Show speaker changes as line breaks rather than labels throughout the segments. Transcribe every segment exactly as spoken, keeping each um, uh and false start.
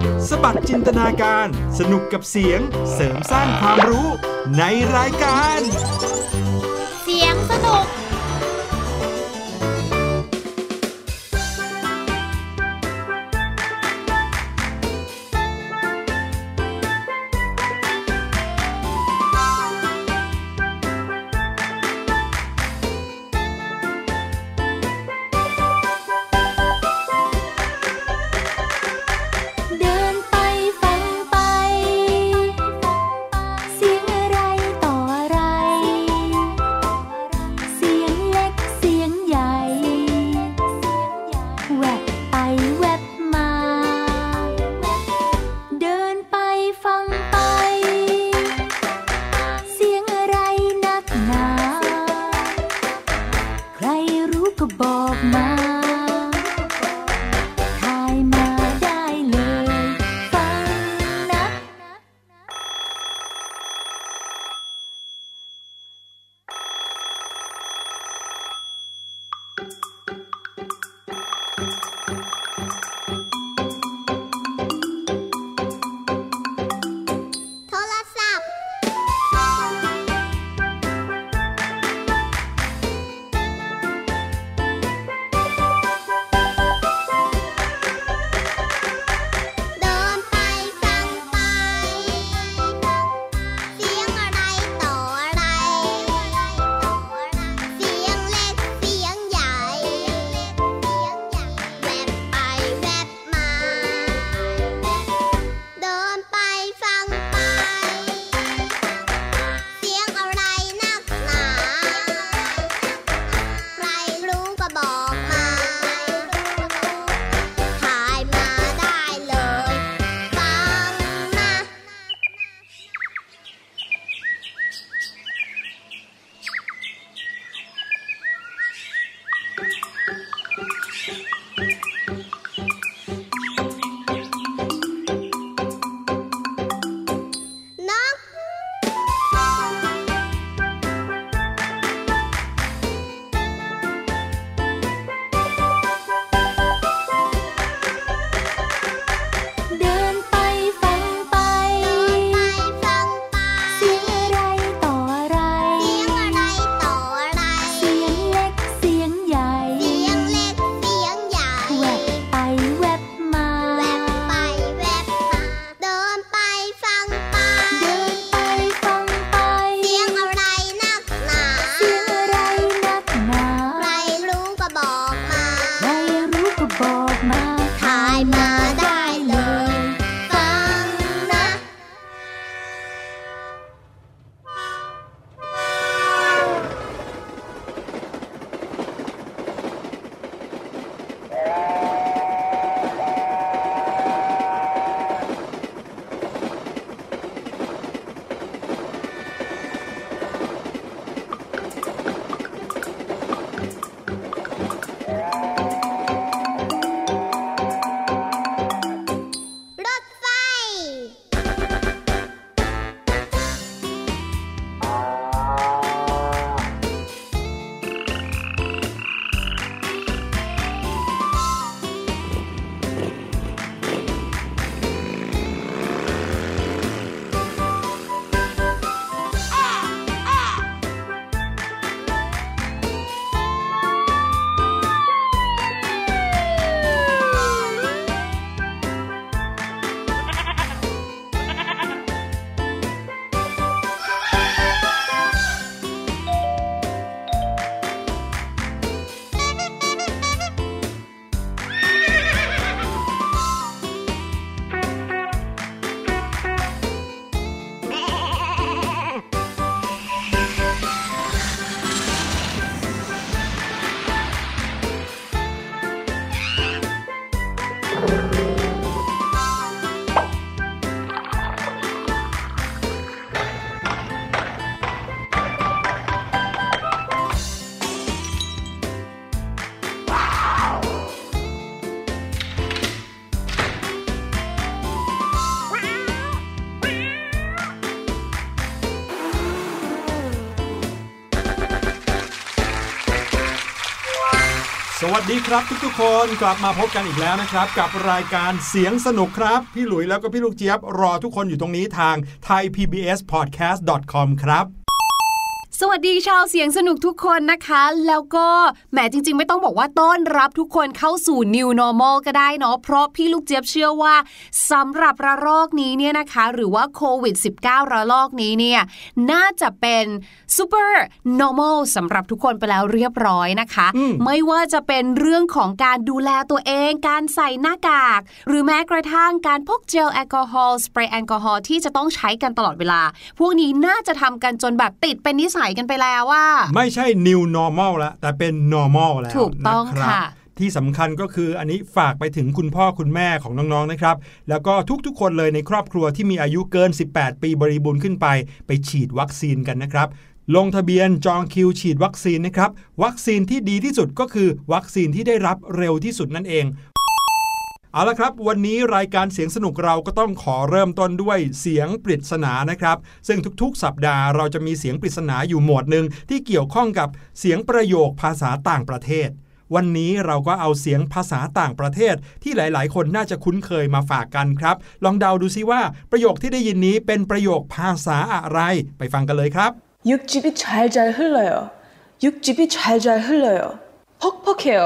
สบัดจินตนาการสนุกกับเสียงเสริมสร้างความรู้ในรายการ
เสียงสนุก
วัสดีครับทุกๆคนกลับมาพบกันอีกแล้วนะครับกับรายการเสียงสนุกครับพี่หลุยแล้วก็พี่ลูกเจี๊ยบรอทุกคนอยู่ตรงนี้ทาง ไทย พี บี เอส พอดแคสต์ ดอท คอม ครับ
สวัสดีชาวเสียงสนุกทุกคนนะคะแล้วก็แหมจริงๆไม่ต้องบอกว่าต้อนรับทุกคนเข้าสู่ New Normal ก็ได้เนาะเพราะพี่ลูกเจี๊ยบเชื่อว่าสำหรับระลอกนี้เนี่ยนะคะหรือว่าโควิด สิบเก้า ระลอกนี้เนี่ยน่าจะเป็น Super Normal สำหรับทุกคนไปแล้วเรียบร้อยนะคะไม่ว่าจะเป็นเรื่องของการดูแลตัวเองการใส่หน้ากากหรือแม้กระทั่งการพกเจลแอลกอฮอล์สเปรย์แอลกอฮอล์ที่จะต้องใช้กันตลอดเวลาพวกนี้น่าจะทำกันจนแบบติดเป็นนิสัยกันไปแล้วว่า
ไม่ใช่ New Normal แล้วแต่เป็น Normal แล้ว
ถูกต้องค่ะ
ที่สำคัญก็คืออันนี้ฝากไปถึงคุณพ่อคุณแม่ของน้องๆนะครับแล้วก็ทุกๆคนเลยในครอบครัวที่มีอายุเกินสิบแปดปีบริบูรณ์ขึ้นไปไปฉีดวัคซีนกันนะครับลงทะเบียนจองคิวฉีดวัคซีนนะครับวัคซีนที่ดีที่สุดก็คือวัคซีนที่ได้รับเร็วที่สุดนั่นเองเอาละครับวันนี้รายการเสียงสนุกเราก็ต้องขอเริ่มต้นด้วยเสียงปริศนานะครับซึ่งทุกๆสัปดาห์เราจะมีเสียงปริศนาอยู่หมวดหนึ่งที่เกี่ยวข้องกับเสียงประโยคภาษาต่างประเทศวันนี้เราก็เอาเสียงภาษาต่างประเทศที่หลายๆคนน่าจะคุ้นเคยมาฝากกันครับลองเดาดูซิว่าประโยคที่ได้ยินนี้เป็นประโยคภาษาอะไรไปฟังกันเลยครับ
육즙이 잘잘 흘러요. 육즙이 잘잘 흘러요. 퍽퍽해요.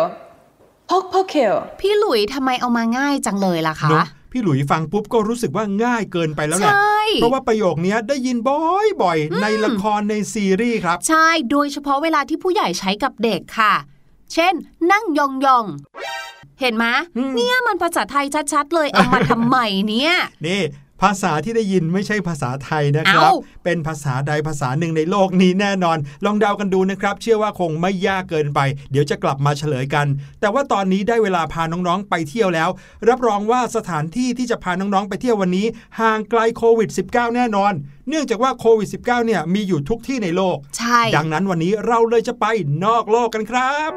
퍽퍽해요.
พี่หลุยทำไมเอามาง่ายจังเลยล่ะคะ
พี่หลุยฟังปุ๊บก็รู้สึกว่าง่ายเกินไปแล้วแหละเพราะว่าประโยคนี้ได้ยินบ่อยๆในละครในซีรีส์ครับ
ใช่โดยเฉพาะเวลาที่ผู้ใหญ่ใช้กับเด็กค่ะเช่นนั่งยองๆเห็นไหมเนี่ยมันภาษาไทยชัดๆเลยเอามาทำไมเนี่ย
นี่ภาษาที่ได้ยินไม่ใช่ภาษาไทยนะครับเป็นภาษาใดภาษาหนึ่งในโลกนี้แน่นอนลองเดากันดูนะครับเชื่อว่าคงไม่ยากเกินไปเดี๋ยวจะกลับมาเฉลยกันแต่ว่าตอนนี้ได้เวลาพาน้องๆไปเที่ยวแล้วรับรองว่าสถานที่ที่จะพาน้องๆไปเที่ยววันนี้ห่างไกลโควิด สิบเก้า แน่นอนเนื่องจากว่าโควิด สิบเก้า เนี่ยมีอยู่ทุกที่ในโลก
ใช่
ดังนั้นวันนี้เราเลยจะไปนอกโลกกันครับ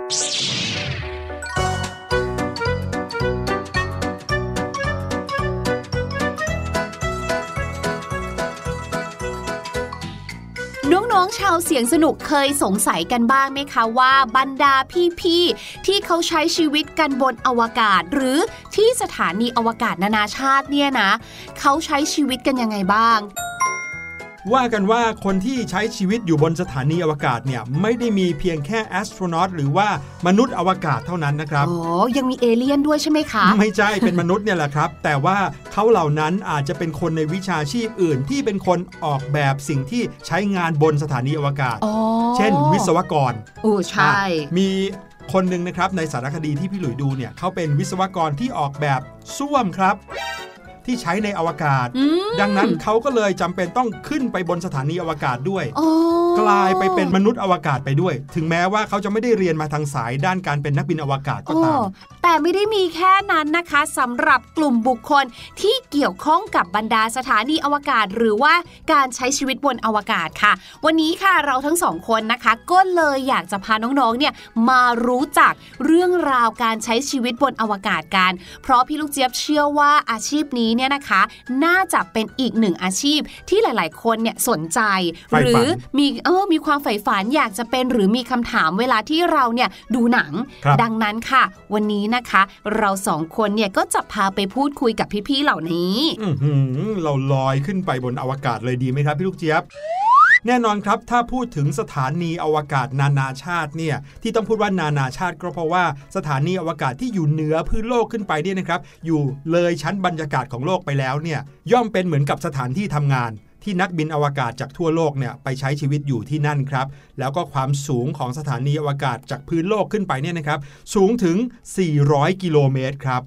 น้องๆชาวเสียงสนุกเคยสงสัยกันบ้างไหมคะว่าบรรดาพี่ๆที่เขาใช้ชีวิตกันบนอวกาศหรือที่สถานีอวกาศนานาชาติเนี่ยนะเขาใช้ชีวิตกันยังไงบ้าง
ว่ากันว่าคนที่ใช้ชีวิตอยู่บนสถานีอวกาศเนี่ยไม่ได้มีเพียงแค่แอสโทรนอตหรือว่ามนุษย์อวกาศเท่านั้นนะครับ
อ๋อยังมีเอเลี่ยนด้วยใช่ไหมคะ
ไม่ใช่เป็นมนุษย์เนี่ยแหละครับแต่ว่าเขาเหล่านั้นอาจจะเป็นคนในวิชาชีพอื่นที่เป็นคนออกแบบสิ่งที่ใช้งานบนสถานีอวกาศเช่นวิศวกร
โอ้ใช่
มีคนหนึ่งนะครับในสารคดีที่พี่หลุยดูเนี่ยเขาเป็นวิศวกรที่ออกแบบส้วมครับที่ใช้ในอวกาศดังนั้นเขาก็เลยจำเป็นต้องขึ้นไปบนสถานีอวกาศด้วยกลายไปเป็นมนุษย์อวกาศไปด้วยถึงแม้ว่าเขาจะไม่ได้เรียนมาทางสายด้านการเป็นนักบินอวกาศก็ตาม
แต่ไม่ได้มีแค่นั้นนะคะสำหรับกลุ่มบุคคลที่เกี่ยวข้องกับบรรดาสถานีอวกาศหรือว่าการใช้ชีวิตบนอวกาศค่ะวันนี้ค่ะเราทั้งสองคนนะคะก็เลยอยากจะพาน้องๆเนี่ยมารู้จักเรื่องราวการใช้ชีวิตบนอวกาศกันเพราะพี่ลูกเจี๊ยบเชื่อว่าอาชีพนี้เนี่ยนะคะน่าจะเป็นอีกหนึ่งอาชีพที่หลายๆคนเนี่ยสนใจหรือมีเออมีความใฝ่ฝันอยากจะเป็นหรือมีคำถามเวลาที่เราเนี่ยดูหนังดังนั้นค่ะวันนี้นะคะเราสองคนเนี่ยก็จะพาไปพูดคุยกับพี่ๆเหล่านี้
เราลอยขึ้นไปบนอวกาศเลยดีไหมครับพี่ลูกเจี๊ยบแน่นอนครับถ้าพูดถึงสถานีอวกาศนานาชาติเนี่ยที่ต้องพูดว่านานาชาติก็เพราะว่าสถานีอวกาศที่อยู่เหนือพื้นโลกขึ้นไปเนี่ยนะครับอยู่เลยชั้นบรรยากาศของโลกไปแล้วเนี่ยย่อมเป็นเหมือนกับสถานที่ทำงานที่นักบินอวกาศจากทั่วโลกเนี่ยไปใช้ชีวิตอยู่ที่นั่นครับแล้วก็ความสูงของสถานีอวกาศจากพื้นโลกขึ้นไปเนี่ยนะครับสูงถึงสี่ร้อยกิโลเมตรครับ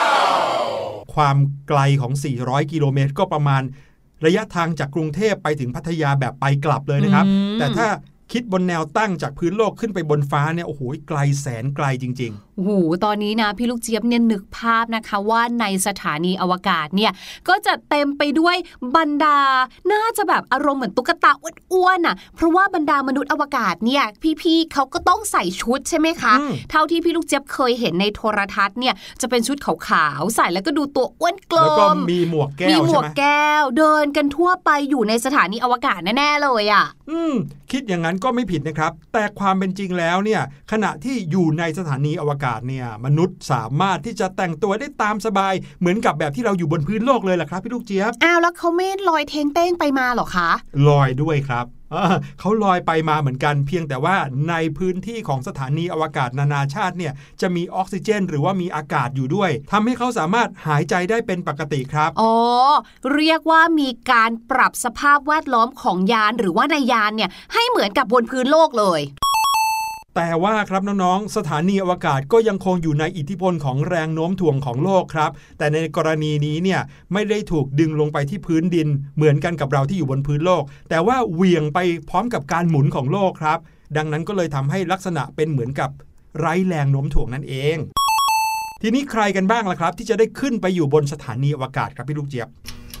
wow! ความไกลของสี่ร้อยกิโลเมตรก็ประมาณระยะทางจากกรุงเทพไปถึงพัทยาแบบไปกลับเลยนะครับแต่ถ้าคิดบนแนวตั้งจากพื้นโลกขึ้นไปบนฟ้าเนี่ยโอ้โหไกลแสนไกลจริงๆ
โอ้โหตอนนี้นะพี่ลูกเจี๊ยบเนี่ยนึกภาพนะคะว่าในสถานีอวกาศเนี่ยก็จะเต็มไปด้วยบรรดาน่าจะแบบอารมณ์เหมือนตุ๊กตาอ้วนๆน่ะเพราะว่าบรรดามนุษย์อวกาศเนี่ยพี่ๆเขาก็ต้องใส่ชุดใช่ไหมคะเท่าที่พี่ลูกเจี๊ยบเคยเห็นในโทรทัศน์เนี่ยจะเป็นชุดขาวๆใส่แล้วก็ดูตัวอ้วนกลม
แล้วก็มีหมวกแก้วใช่ไหม
มีหมวกแก้วเดินกันทั่วไปอยู่ในสถานีอวกาศแน่ๆเลยอ่ะ
อืมคิดอย่างนั้นก็ไม่ผิดนะครับแต่ความเป็นจริงแล้วเนี่ยขณะที่อยู่ในสถานีอวกกาศเนี่ยมนุษย์สามารถที่จะแต่งตัวได้ตามสบายเหมือนกับแบบที่เราอยู่บนพื้นโลกเลยล่ะครับพี่ลูกเจี๊ยบ
อ้าวแล้วเขาไม่ลอยเท้งเต้งไปมาหรอคะ
ลอยด้วยครับเขาลอยไปมาเหมือนกันเพียงแต่ว่าในพื้นที่ของสถานีอวกาศนานาชาติเนี่ยจะมีออกซิเจนหรือว่ามีอากาศอยู่ด้วยทำให้เขาสามารถหายใจได้เป็นปกติครับ
อ๋อเรียกว่ามีการปรับสภาพแวดล้อมของยานหรือว่าในยานเนี่ยให้เหมือนกับบนพื้นโลกเลย
แต่ว่าครับน้องๆสถานีอวกาศก็ยังคงอยู่ในอิทธิพลของแรงโน้มถ่วงของโลกครับแต่ในกรณีนี้เนี่ยไม่ได้ถูกดึงลงไปที่พื้นดินเหมือนกันกับเราที่อยู่บนพื้นโลกแต่ว่าเหวี่ยงไปพร้อมกับการหมุนของโลกครับดังนั้นก็เลยทำให้ลักษณะเป็นเหมือนกับไร้แรงโน้มถ่วงนั่นเองทีนี้ใครกันบ้างล่ะครับที่จะได้ขึ้นไปอยู่บนสถานีอวกาศครับพี่ลูกเจี๊ยบ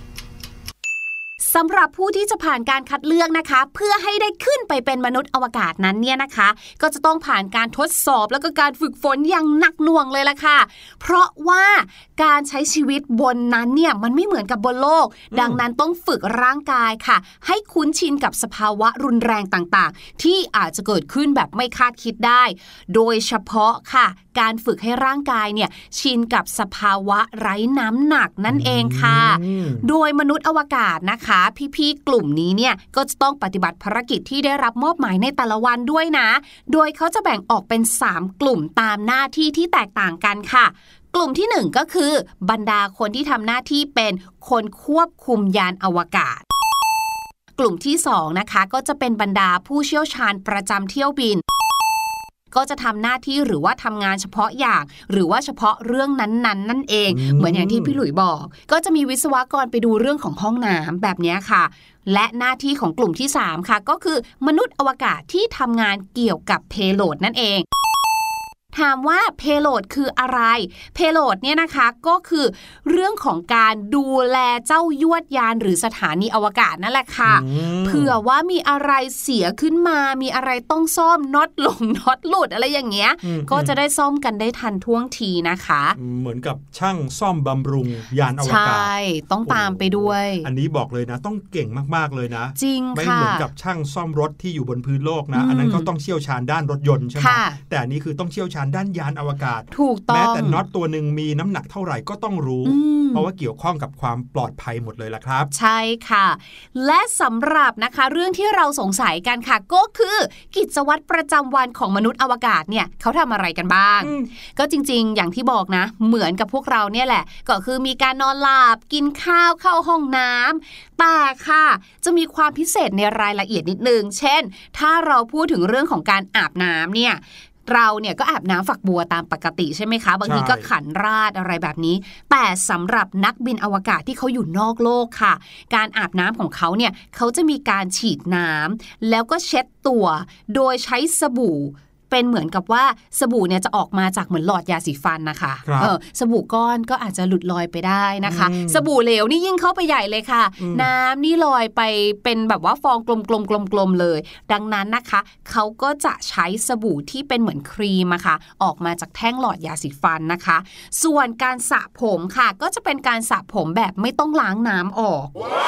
สำหรับผู้ที่จะผ่านการคัดเลือกนะคะเพื่อให้ได้ขึ้นไปเป็นมนุษย์อวกาศนั้นเนี่ยนะคะก็จะต้องผ่านการทดสอบแล้วก็การฝึกฝนอย่างหนักหน่วงเลยล่ะค่ะเพราะว่าการใช้ชีวิตบนนั้นเนี่ยมันไม่เหมือนกับบนโลกดังนั้นต้องฝึกร่างกายค่ะให้คุ้นชินกับสภาวะรุนแรงต่างๆที่อาจจะเกิดขึ้นแบบไม่คาดคิดได้โดยเฉพาะค่ะการฝึกให้ร่างกายเนี่ยชินกับสภาวะไร้น้ำหนักนั่นเองค่ะโดยมนุษย์อวกาศนะคะพี่ๆกลุ่มนี้เนี่ยก็จะต้องปฏิบัติภารกิจที่ได้รับมอบหมายในแต่ละวันด้วยนะโดยเขาจะแบ่งออกเป็นสามกลุ่มตามหน้าที่ที่แตกต่างกันค่ะกลุ่มที่หนึ่งก็คือบรรดาคนที่ทำหน้าที่เป็นคนควบคุมยานอวกาศกลุ่มที่สองนะคะก็จะเป็นบรรดาผู้เชี่ยวชาญประจำเที่ยวบินก็จะทำหน้าที่หรือว่าทำงานเฉพาะอย่างหรือว่าเฉพาะเรื่องนั้นๆนั่นเองเหมือนอย่างที่พี่หลุยบอกก็จะมีวิศวกรไปดูเรื่องของห้องน้ำแบบนี้ค่ะและหน้าที่ของกลุ่มที่สามค่ะก็คือมนุษย์อวกาศที่ทำงานเกี่ยวกับเพโลดนั่นเองถามว่าเพโลดคืออะไรเพโลดเนี่ยนะคะก็คือเรื่องของการดูแลเจ้ายวดยานหรือสถานีอวกาศนั่นแหละค่ะเผื่อว่ามีอะไรเสียขึ้นมามีอะไรต้องซ่อมน็อตหลงน็อตหลุดอะไรอย่างเงี้ยก็จะได้ซ่อมกันได้ทันท่วงทีนะคะ
เหมือนกับช่างซ่อมบำรุงยานอวกาศใช่
ต้องตามไปด้วย
อันนี้บอกเลยนะต้องเก่งมากๆเลยนะ
จริงค่ะ
ไม่เหมือนกับช่างซ่อมรถที่อยู่บนพื้นโลกนะอันนั้นก็ต้องเชี่ยวชาญด้านรถยนต์ใช่ไหมแต่อันนี้คือต้องเชี่ยวชาญด้านยานอวกาศ
ถูกต้องแม้
แต่น็อตตัวหนึ่งมีน้ำหนักเท่าไหร่ก็ต้องรู้เพราะว่าเกี่ยวข้องกับความปลอดภัยหมดเลยล่ะครับ
ใช่ค่ะและสำหรับนะคะเรื่องที่เราสงสัยกันค่ะก็คือกิจวัตรประจำวันของมนุษย์อวกาศเนี่ยเขาทำอะไรกันบ้างก็จริงๆอย่างที่บอกนะเหมือนกับพวกเราเนี่ยแหละก็คือมีการนอนหลับกินข้าวเข้าห้องน้ำแต่ค่ะจะมีความพิเศษในรายละเอียดนิดนึงเช่นถ้าเราพูดถึงเรื่องของการอาบน้ำเนี่ยเราเนี่ยก็อาบน้ำฝักบัวตามปกติใช่ไหมคะบางทีก็ขันราดอะไรแบบนี้แต่สำหรับนักบินอวกาศที่เขาอยู่นอกโลกค่ะการอาบน้ำของเขาเนี่ยเขาจะมีการฉีดน้ำแล้วก็เช็ดตัวโดยใช้สบู่เป็นเหมือนกับว่าสบู่เนี่ยจะออกมาจากเหมือนหลอดยาสีฟันนะคะเออสบู่ก้อนก็อาจจะหลุดลอยไปได้นะคะสบู่เหลวนี่ยิ่งเข้าไปใหญ่เลยค่ะน้ำนี่ลอยไปเป็นแบบว่าฟองกลมๆๆๆเลยดังนั้นนะคะเขาก็จะใช้สบู่ที่เป็นเหมือนครีมอะค่ะออกมาจากแท่งหลอดยาสีฟันนะคะส่วนการสระผมค่ะก็จะเป็นการสระผมแบบไม่ต้องล้างน้ำออก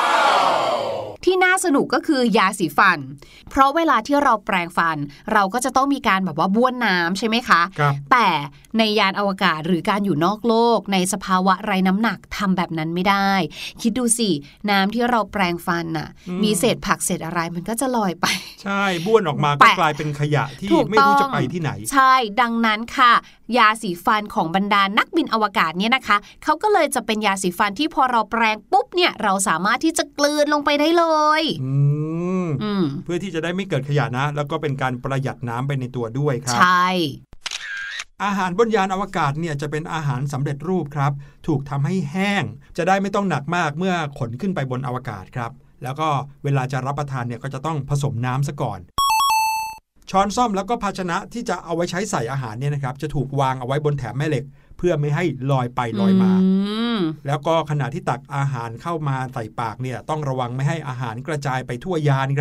wow! ที่น่าสนุกก็คือยาสีฟันเพราะเวลาที่เราแปรงฟันเราก็จะต้องมีการแบบว่าบ้วนน้ำใช่ไหมคะแต่ในยานอวกาศหรือการอยู่นอกโลกในสภาวะไร้น้ำหนักทำแบบนั้นไม่ได้คิดดูสิน้ำที่เราแปรงฟันน่ะมีเศษผักเศษอะไรมันก็จะลอยไป
ใช่บ้วนออกมาก็กลายเป็นขยะที่ไม่รู้จะไปที่ไหน
ใช่ดังนั้นค่ะยาสีฟันของบรรดานักบินอวกาศเนี่ยนะคะเขาก็เลยจะเป็นยาสีฟันที่พอเราแปรงปุ๊บเนี่ยเราสามารถที่จะกลืนลงไปได้เลย
อืมอืมเพื่อที่จะได้ไม่เกิดขยะนะแล้วก็เป็นการประหยัดน้ำไปในตัวด้วยครับ
ใช่
อาหารบนยานอวกาศเนี่ยจะเป็นอาหารสำเร็จรูปครับถูกทำให้แห้งจะได้ไม่ต้องหนักมากเมื่อขนขึ้นไปบนอวกาศครับแล้วก็เวลาจะรับประทานเนี่ยก็จะต้องผสมน้ำซะก่อนช้อนส้อมแล้วก็ภาชนะที่จะเอาไว้ใช้ใส่อาหารเนี่ยนะครับจะถูกวางเอาไว้บนแถบแม่เหล็กเพื่อไม่ให้ลอยไปลอยมาแล้วก็ขณะที่ตักอาหารเข้ามาใส่ปากเนี่ยต้องระวังไม่ให้อาหารกระจายไปทั่วยานครับ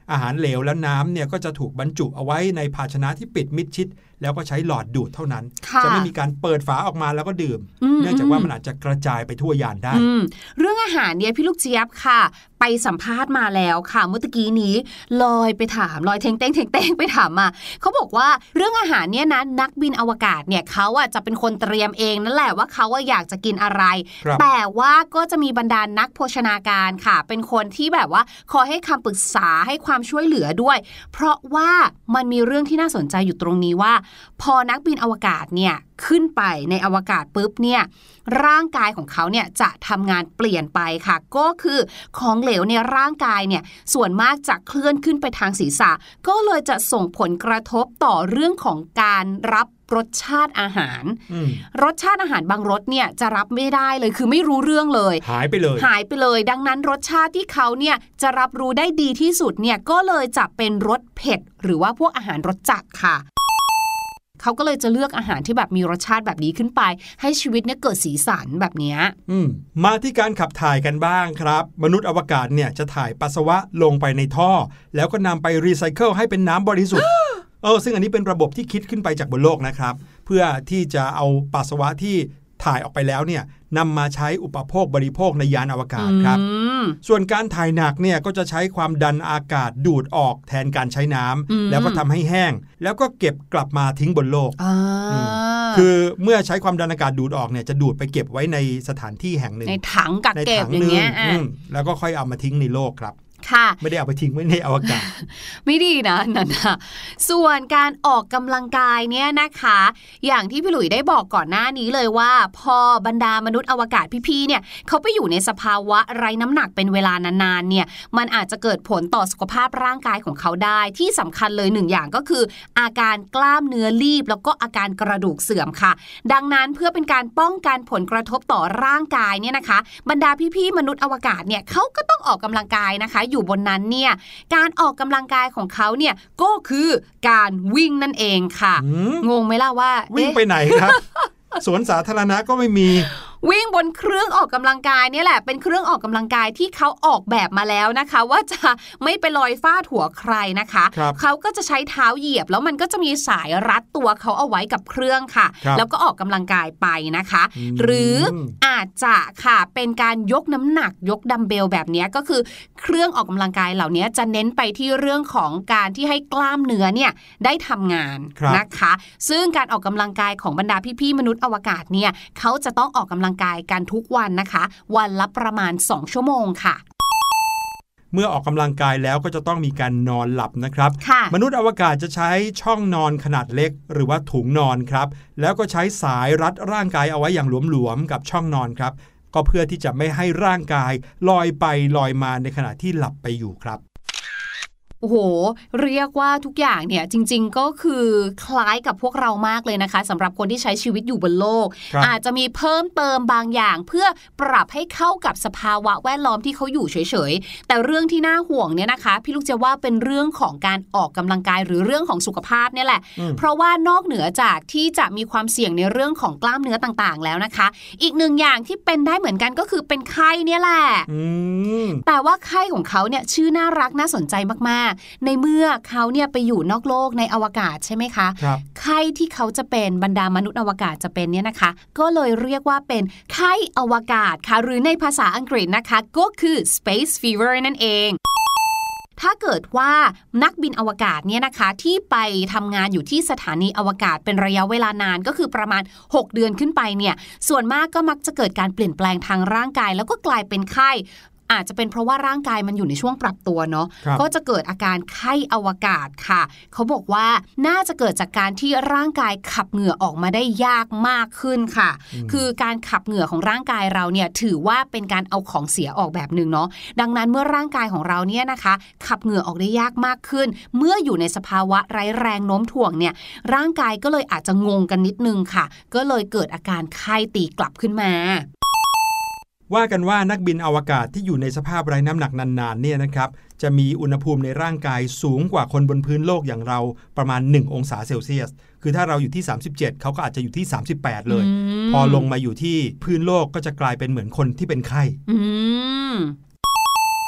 อาหารเหลวและน้ำเนี่ยก็จะถูกบรรจุเอาไว้ในภาชนะที่ปิดมิดชิดแล้วก็ใช้หลอดดูดเท่านั้นจะไม่มีการเปิดฝาออกมาแล้วก็ดื่มเนื่องจากว่ามันอาจจะกระจายไปทั่วยานได้
เรื่องอาหารเนี่ยพี่ลูกเจี๊ยบค่ะไปสัมภาษณ์มาแล้วค่ะเมื่อกี้นี้ลอยไปถามลอยเทงเต้งเทงเต้งไปถามมาเขาบอกว่าเรื่องอาหารเนี่ยนะนักบินอวกาศเนี่ยเขาอ่ะจะเป็นคนเตรียมเองนั่นแหละว่าเขาอ่ะอยากจะกินอะไรแต่ว่าก็จะมีบรรดานักโภชนาการค่ะเป็นคนที่แบบว่าคอยให้คำปรึกษาให้ความช่วยเหลือด้วยเพราะว่ามันมีเรื่องที่น่าสนใจอยู่ตรงนี้ว่าพอนักบินอวกาศเนี่ยขึ้นไปในอวกาศปุ๊บเนี่ยร่างกายของเขาเนี่ยจะทำงานเปลี่ยนไปค่ะก็คือของเหลวในร่างกายเนี่ยส่วนมากจะเคลื่อนขึ้นไปทางศีรษะก็เลยจะส่งผลกระทบต่อเรื่องของการรับรสชาติอาหารรสชาติอาหารบางรสเนี่ยจะรับไม่ได้เลยคือไม่รู้เรื่องเลย
หายไปเลย
หายไปเลยดังนั้นรสชาติที่เขาเนี่ยจะรับรู้ได้ดีที่สุดเนี่ยก็เลยจะเป็นรสเผ็ดหรือว่าพวกอาหารรสจัดค่ะเขาก็เลยจะเลือกอาหารที่แบบมีรสชาติแบบนี้ขึ้นไปให้ชีวิตเนี่ยเกิดสีสันแบบนี้
มาที่การขับถ่ายกันบ้างครับมนุษย์อวกาศเนี่ยจะถ่ายปัสสาวะลงไปในท่อแล้วก็นำไปรีไซเคิลให้เป็นน้ำบริสุทธิ์ เออซึ่งอันนี้เป็นระบบที่คิดขึ้นไปจากบนโลกนะครับเพื่อที่จะเอาปัสสาวะที่ถ่ายออกไปแล้วเนี่ยนำมาใช้อุปโภคบริโภคในยานอวกาศครับส่วนการถ่ายหนักเนี่ยก็จะใช้ความดันอากาศดูดออกแทนการใช้น้ำแล้วก็ทำให้แห้งแล้วก็เก็บกลับมาทิ้งบนโลกคือเมื่อใช้ความดันอากาศดูดออกเนี่ยจะดูดไปเก็บไว้ในสถานที่แห่งหนึ่ง
ในถังกักเก็บอย่างเงี้ย
แล้วก็ค่อยเอามาทิ้งในโลกครับ
ค่ะ
ไม่ได้เอาไปทิ้งไว้ในอวกาศ
ไม่ดีนะนั่นนะส่วนการออกกำลังกายเนี่ยนะคะอย่างที่พี่หลุยได้บอกก่อนหน้านี้เลยว่าพอบรรดามนุษย์อวกาศพี่ๆเนี่ยเขาไปอยู่ในสภาวะไร้น้ำหนักเป็นเวลานานๆเนี่ยมันอาจจะเกิดผลต่อสุขภาพร่างกายของเขาได้ที่สำคัญเลยหนึ่งอย่างก็คืออาการกล้ามเนื้อรีบแล้วก็อาการกระดูกเสื่อมค่ะดังนั้นเพื่อเป็นการป้องกันผลกระทบต่อร่างกายเนี่ยนะคะบรรดาพี่ๆมนุษย์อวกาศเนี่ยเขาก็ต้องออกกำลังกายนะคะอยู่บนนั้นเนี่ยการออกกำลังกายของเขาเนี่ยก็คือการวิ่งนั่นเองค่ะงงไหมล่ะว่า
วิ่งไปไหนครับ สวนสาธารณะก็ไม่มี
วิ่งบนเครื่องออกกำลังกายนี่แหละเป็นเครื่องออกกำลังกายที่เขาออกแบบมาแล้วนะคะว่าจะไม่ไปลอยฟาดหัวใครนะคะเขาก็จะใช้เท้าเหยียบแล้วมันก็จะมีสายรัดตัวเขาเอาไว้กับเครื่องค่ะแล้วก็ออกกำลังกายไปนะคะหรืออาจจะค่ะเป็นการยกน้ำหนักยกดัมเบลแบบนี้ก็คือเครื่องออกกำลังกายเหล่านี้จะเน้นไปที่เรื่องของการที่ให้กล้ามเนื้อเนี่ยได้ทำงานนะคะซึ่งการออกกำลังกายของบรรดาพี่ๆมนุษย์อวกาศเนี่ยเขาจะต้องออกกำลังกายกันทุกวันนะคะวันละประมาณสองชั่วโมงค่ะ
เมื่อออกกำลังกายแล้วก็จะต้องมีการนอนหลับนะครับมนุษย์อวกาศจะใช้ช่องนอนขนาดเล็กหรือว่าถุงนอนครับแล้วก็ใช้สายรัดร่างกายเอาไว้อย่างหลวมๆกับช่องนอนครับก็เพื่อที่จะไม่ให้ร่างกายลอยไปลอยมาในขณะที่หลับไปอยู่ครับ
โอ้โหเรียกว่าทุกอย่างเนี่ยจริงๆก็คือคล้ายกับพวกเรามากเลยนะคะสำหรับคนที่ใช้ชีวิตอยู่บนโลกอาจจะมีเพิ่มเติมบางอย่างเพื่อปรับให้เข้ากับสภาวะแวดล้อมที่เขาอยู่เฉยๆแต่เรื่องที่น่าห่วงเนี่ยนะคะพี่ลูกจะว่าเป็นเรื่องของการออกกำลังกายหรือเรื่องของสุขภาพเนี่ยแหละเพราะว่านอกเหนือจากที่จะมีความเสี่ยงในเรื่องของกล้ามเนื้อต่างๆแล้วนะคะอีกหนึ่งอย่างที่เป็นได้เหมือนกันก็คือเป็นไข้เนี่ยแหละแต่ว่าไข้ของเขาเนี่ยชื่อน่ารักน่าสนใจมากในเมื่อเขาเนี่ยไปอยู่นอกโลกในอวกาศใช่ไหมคะไข้ที่เขาจะเป็นบรรดามนุษย์อวกาศจะเป็นเนี่ยนะคะก็เลยเรียกว่าเป็นไข้อวกาศค่ะหรือในภาษาอังกฤษนะคะก็คือ space fever นั่นเองถ้าเกิดว่านักบินอวกาศเนี่ยนะคะที่ไปทำงานอยู่ที่สถานีอวกาศเป็นระยะเวลานานก็คือประมาณหกเดือนขึ้นไปเนี่ยส่วนมากก็มักจะเกิดการเปลี่ยนแปลงทางร่างกายแล้วก็กลายเป็นไข้อาจจะเป็นเพราะว่าร่างกายมันอยู่ในช่วงปรับตัวเนาะก็จะเกิดอาการไข้อวกาศค่ะเขาบอกว่าน่าจะเกิดจากการที่ร่างกายขับเหงื่อออกมาได้ยากมากขึ้นค่ะคือการขับเหงื่อของร่างกายเราเนี่ยถือว่าเป็นการเอาของเสียออกแบบนึงเนาะดังนั้นเมื่อร่างกายของเราเนี่ยนะคะขับเหงื่อออกได้ยากมากขึ้นเมื่ออยู่ในสภาวะไร้แรงโน้มถ่วงเนี่ยร่างกายก็เลยอาจจะงงกันนิดนึงค่ะก็เลยเกิดอาการไข้ตีกลับขึ้นมา
ว่ากันว่านักบินอวกาศที่อยู่ในสภาพไร้น้ำหนักนานๆเนี่ยนะครับจะมีอุณหภูมิในร่างกายสูงกว่าคนบนพื้นโลกอย่างเราประมาณหนึ่งองศาเซลเซียสคือถ้าเราอยู่ที่สามสิบเจ็ดเขาก็อาจจะอยู่ที่สามสิบแปดเลยพอลงมาอยู่ที่พื้นโลกก็จะกลายเป็นเหมือนคนที่เป็นไข้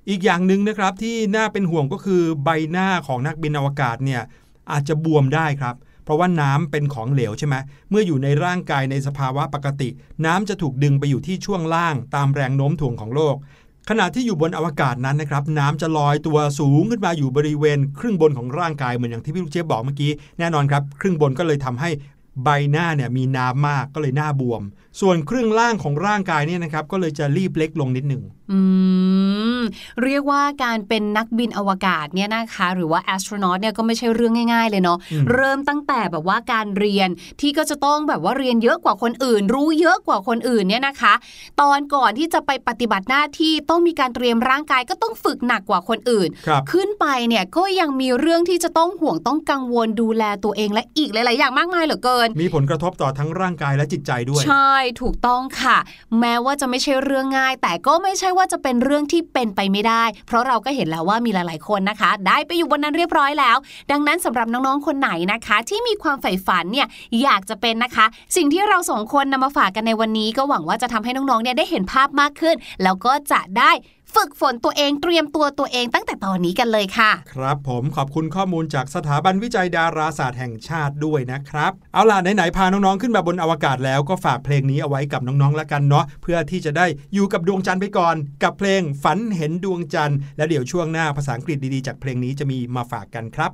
อีกอย่างหนึ่งนะครับที่น่าเป็นห่วงก็คือใบหน้าของนักบินอวกาศเนี่ยอาจจะบวมได้ครับเพราะว่าน้ำเป็นของเหลวใช่ไหมเมื่ออยู่ในร่างกายในสภาวะปกติน้ำจะถูกดึงไปอยู่ที่ช่วงล่างตามแรงโน้มถ่วงของโลกขณะที่อยู่บนอวกาศนั้นนะครับน้ำจะลอยตัวสูงขึ้นมาอยู่บริเวณครึ่งบนของร่างกายเหมือนอย่างที่พี่ลูกเจี๊ยบบอกเมื่อกี้แน่นอนครับครึ่งบนก็เลยทำให้ใบหน้าเนี่ยมีน้ำมากก็เลยหน้าบวมส่วนครึ่งล่างของร่างกายเนี่ยนะครับก็เลยจะรีบเล็กลงนิดหนึ่ง
อืมเรียกว่าการเป็นนักบินอวกาศเนี่ยนะคะหรือว่า astronaut เนี่ยก็ไม่ใช่เรื่องง่ายๆเลยเนาะเริ่มตั้งแต่แบบว่าการเรียนที่ก็จะต้องแบบว่าเรียนเยอะกว่าคนอื่นรู้เยอะกว่าคนอื่นเนี่ยนะคะตอนก่อนที่จะไปปฏิบัติหน้าที่ต้องมีการเตรียมร่างกายก็ต้องฝึกหนักกว่าคนอื่นขึ้นไปเนี่ยก็ยังมีเรื่องที่จะต้องห่วงต้องกังวลดูแลตัวเองและอีกหลายๆอย่างมากมายเหลือเกิน
มีผลกระทบต่อทั้งร่างกายและจิตใจด้วย
ใช่ถูกต้องค่ะแม้ว่าจะไม่ใช่เรื่องง่ายแต่ก็ไม่ใช่ว่าจะเป็นเรื่องที่เป็นไปไม่ได้เพราะเราก็เห็นแล้วว่ามีหลายๆคนนะคะได้ไปอยู่บนนั้นเรียบร้อยแล้วดังนั้นสำหรับน้องๆคนไหนนะคะที่มีความใฝ่ฝันเนี่ยอยากจะเป็นนะคะสิ่งที่เราสองคนนำมาฝากกันในวันนี้ก็หวังว่าจะทำให้น้องๆเนี่ยได้เห็นภาพมากขึ้นแล้วก็จะได้ฝึกฝนตัวเองเตรียมตัวตัวเองตั้งแต่ตอนนี้กันเลยค่ะ
ครับผมขอบคุณข้อมูลจากสถาบันวิจัยดาราศาสตร์แห่งชาติด้วยนะครับเอาล่ะไหนๆพาน้องๆขึ้นมาบนอวกาศแล้วก็ฝากเพลงนี้เอาไว้กับน้องๆแล้วกันเนาะเพื่อที่จะได้อยู่กับดวงจันทร์ไปก่อนกับเพลงฝันเห็นดวงจันทร์แล้วเดี๋ยวช่วงหน้าภาษาอังกฤษดีๆจากเพลงนี้จะมีมาฝากกันครับ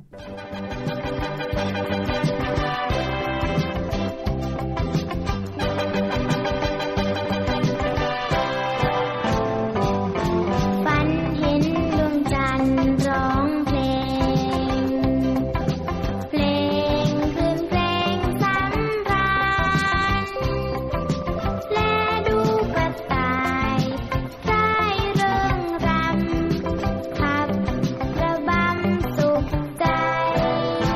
ฝ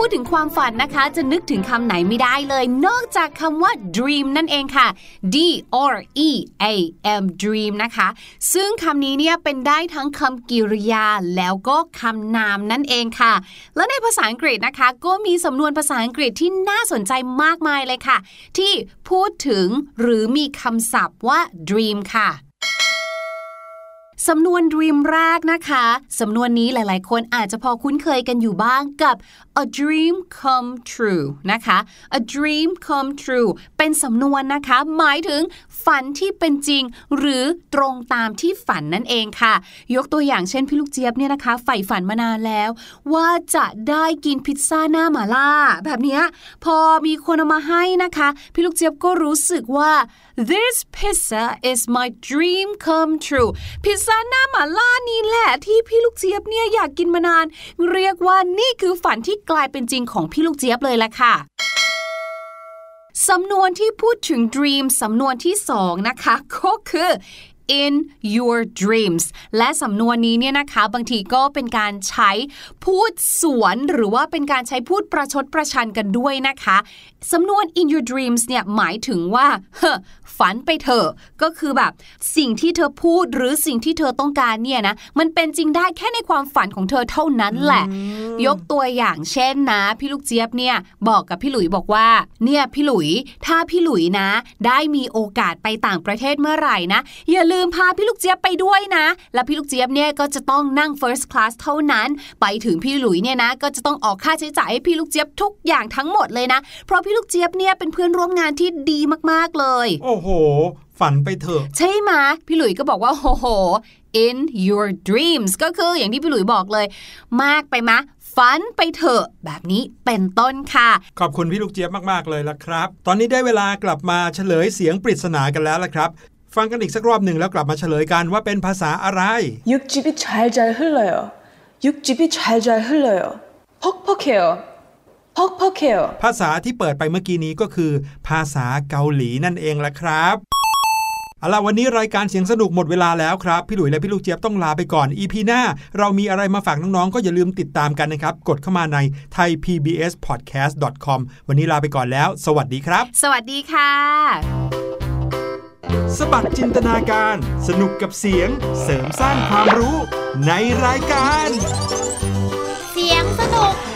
พูดถึงความฝันนะคะจะนึกถึงคำไหนไม่ได้เลยนอกจากคำว่า dream นั่นเองค่ะ D R E A M dream นะคะซึ่งคำนี้เนี่ยเป็นได้ทั้งคำกริยาแล้วก็คำนามนั่นเองค่ะและในภาษาอังกฤษนะคะก็มีสำนวนภาษาอังกฤษที่น่าสนใจมากมายเลยค่ะที่พูดถึงหรือมีคำศัพท์ว่า dream ค่ะสำนวน dream แรกนะคะสำนวนนี้หลายๆคนอาจจะพอคุ้นเคยกันอยู่บ้างกับ a dream come true นะคะ a dream come true เป็นสำนวนนะคะหมายถึงฝันที่เป็นจริงหรือตรงตามที่ฝันนั่นเองค่ะยกตัวอย่างเช่นพี่ลูกเจี๊ยบเนี่ยนะคะใฝ่ฝันมานานแล้วว่าจะได้กินพิซซ่าหน้าหม่าล่าแบบนี้พอมีคนเอามาให้นะคะพี่ลูกเจี๊ยบก็รู้สึกว่า this pizza is my dream come true พิซซ่าหน้าหม่าล่านี่แหละที่พี่ลูกเจี๊ยบเนี่ยอยากกินมานานเรียกว่านี่คือฝันที่กลายเป็นจริงของพี่ลูกเจี๊ยบเลยแหละค่ะสำนวนที่พูดถึง dream สำนวนที่สองนะคะก็คือ in your dreams และสำนวนนี้เนี่ยนะคะบางทีก็เป็นการใช้พูดสวนหรือว่าเป็นการใช้พูดประชดประชันกันด้วยนะคะสำนวน in your dreams เนี่ยหมายถึงว่าเฮ้อฝันไปเถอะก็คือแบบสิ่งที่เธอพูดหรือสิ่งที่เธอต้องการเนี่ยนะมันเป็นจริงได้แค่ในความฝันของเธอเท่านั้นแหละยกตัวอย่างเช่นนะพี่ลูกเจี๊ยบเนี่ยบอกกับพี่หลุยบอกว่าเนี่ยพี่หลุยถ้าพี่หลุยนะได้มีโอกาสไปต่างประเทศเมื่อไหร่นะอย่าลืมพาพี่ลูกเจี๊ยบไปด้วยนะแล้วพี่ลูกเจี๊ยบเนี่ยก็จะต้องนั่ง first class เท่านั้นไปถึงพี่หลุยเนี่ยนะก็จะต้องออกค่าใช้จ่ายให้พี่ลูกเจี๊ยบทุกอย่างทั้งหมดเลยนะเพราะพี่ลูกเจี๊ยบเนี่ยเป็นเพื่อนร่วมงานที่ดีมากๆเลยโอ้โหฝันไปเถอะใช่ไหมพี่หลุยก็บอกว่าโอ้โห in your dreams ก็คืออย่างที่พี่หลุยบอกเลยมากไปมะฝันไปเถอะแบบนี้เป็นต้นค่ะขอบคุณพี่ลูกเจี๊ยบมากๆเลยละครับตอนนี้ได้เวลากลับมาเฉลยเสียงปริศนากันแล้วละครับฟังกันอีกสักรอบหนึ่งแล้วกลับมาเฉลยกันว่าเป็นภาษาอะไร
육즙이 잘잘 흘러요. 육즙이 잘잘 흘러요. 퍽퍽해요. 퍽퍽해요.
ภาษาที่เปิดไปเมื่อกี้นี้ก็คือภาษาเกาหลีนั่นเองละครับเอาล่ะวันนี้รายการเสียงสนุกหมดเวลาแล้วครับพี่หลุยและพี่ลูกเจี๊ยบต้องลาไปก่อน อี พี หน้าเรามีอะไรมาฝากน้องๆก็อย่าลืมติดตามกันนะครับกดเข้ามาใน ไทยพีบีเอสพอดแคสต์ ดอท คอม วันนี้ลาไปก่อนแล้วสวัสดีครับ
สวัสดีค่ะ
สบัดจินตนาการสนุกกับเสียงเสริมสร้างความรู้ในรายการ
เสียงสนุก